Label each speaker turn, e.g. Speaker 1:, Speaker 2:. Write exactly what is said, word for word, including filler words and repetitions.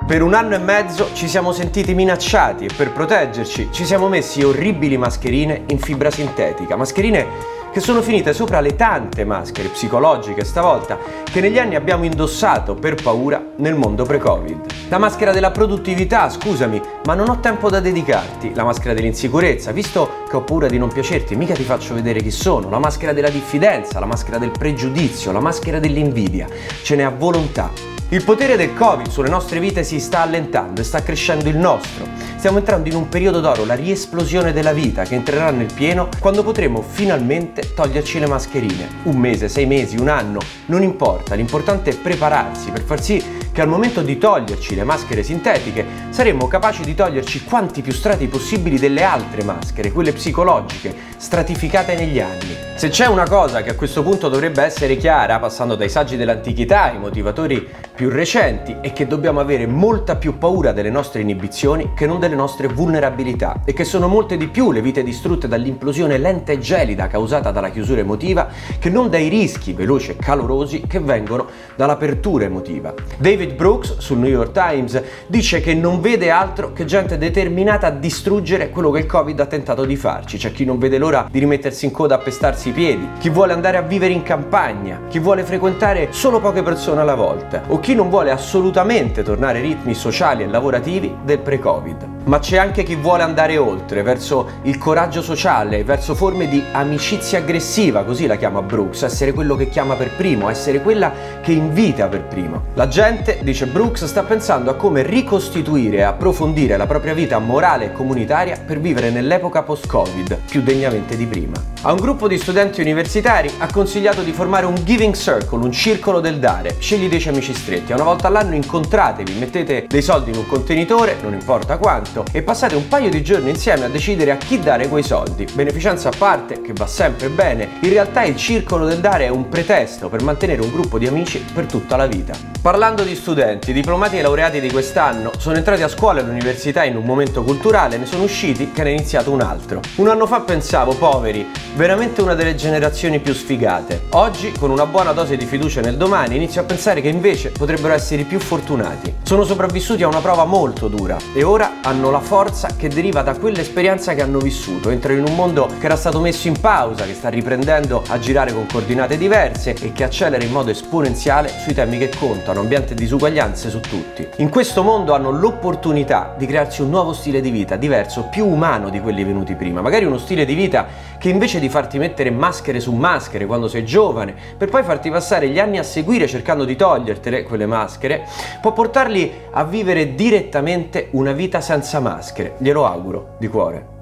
Speaker 1: Per un anno e mezzo ci siamo sentiti minacciati e per proteggerci ci siamo messi orribili mascherine in fibra sintetica, mascherine che sono finite sopra le tante maschere psicologiche stavolta che negli anni abbiamo indossato per paura nel mondo pre-Covid. La maschera della produttività, scusami, ma non ho tempo da dedicarti. La maschera dell'insicurezza, visto che ho paura di non piacerti, mica ti faccio vedere chi sono. La maschera della diffidenza, la maschera del pregiudizio, la maschera dell'invidia. Ce n'è a volontà. Il potere del Covid sulle nostre vite si sta allentando e sta crescendo il nostro. Stiamo entrando in un periodo d'oro, la riesplosione della vita, che entrerà nel pieno quando potremo finalmente toglierci le mascherine. Un mese, sei mesi, un anno, non importa, l'importante è prepararsi per far sì che al momento di toglierci le maschere sintetiche saremo capaci di toglierci quanti più strati possibili delle altre maschere, quelle psicologiche, stratificate negli anni. Se c'è una cosa che a questo punto dovrebbe essere chiara, passando dai saggi dell'antichità ai motivatori più recenti, è che dobbiamo avere molta più paura delle nostre inibizioni che non delle nostre vulnerabilità, e che sono molte di più le vite distrutte dall'implosione lenta e gelida causata dalla chiusura emotiva che non dai rischi veloci e calorosi che vengono dall'apertura emotiva. David Brooks sul New York Times dice che non vede altro che gente determinata a distruggere quello che il Covid ha tentato di farci. C'è chi non vede l'ora di rimettersi in coda a pestarsi i piedi, chi vuole andare a vivere in campagna, chi vuole frequentare solo poche persone alla volta o chi non vuole assolutamente tornare ai ritmi sociali e lavorativi del pre-Covid. Ma c'è anche chi vuole andare oltre, verso il coraggio sociale, verso forme di amicizia aggressiva, così la chiama Brooks, essere quello che chiama per primo, essere quella che invita per primo. La gente, dice Brooks, sta pensando a come ricostituire e approfondire la propria vita morale e comunitaria per vivere nell'epoca post-Covid più degnamente di prima. A un gruppo di studenti universitari ha consigliato di formare un giving circle, un circolo del dare. Scegli dieci amici stretti, una volta all'anno incontratevi, mettete dei soldi in un contenitore, non importa quanto, e passate un paio di giorni insieme a decidere a chi dare quei soldi. Beneficenza a parte, che va sempre bene, in realtà il circolo del dare è un pretesto per mantenere un gruppo di amici per tutta la vita. Parlando di studenti, i diplomati e laureati di quest'anno sono entrati a scuola e all'università in un momento culturale, ne sono usciti che ne è iniziato un altro. Un anno fa pensavo, poveri, veramente una delle generazioni più sfigate. Oggi, con una buona dose di fiducia nel domani, inizio a pensare che invece potrebbero essere i più fortunati. Sono sopravvissuti a una prova molto dura e ora hanno la forza che deriva da quell'esperienza che hanno vissuto. Entrano in un mondo che era stato messo in pausa, che sta riprendendo a girare con coordinate diverse e che accelera in modo esponenziale sui temi che contano, ambiente e disuguaglianze su tutti. In questo mondo hanno l'opportunità di crearsi un nuovo stile di vita, diverso, più umano di quelli venuti prima. Magari uno stile di vita che invece di farti mettere maschere su maschere quando sei giovane, per poi farti passare gli anni a seguire cercando di togliertele, quelle maschere, può portarli a vivere direttamente una vita senza maschere. Glielo auguro, di cuore.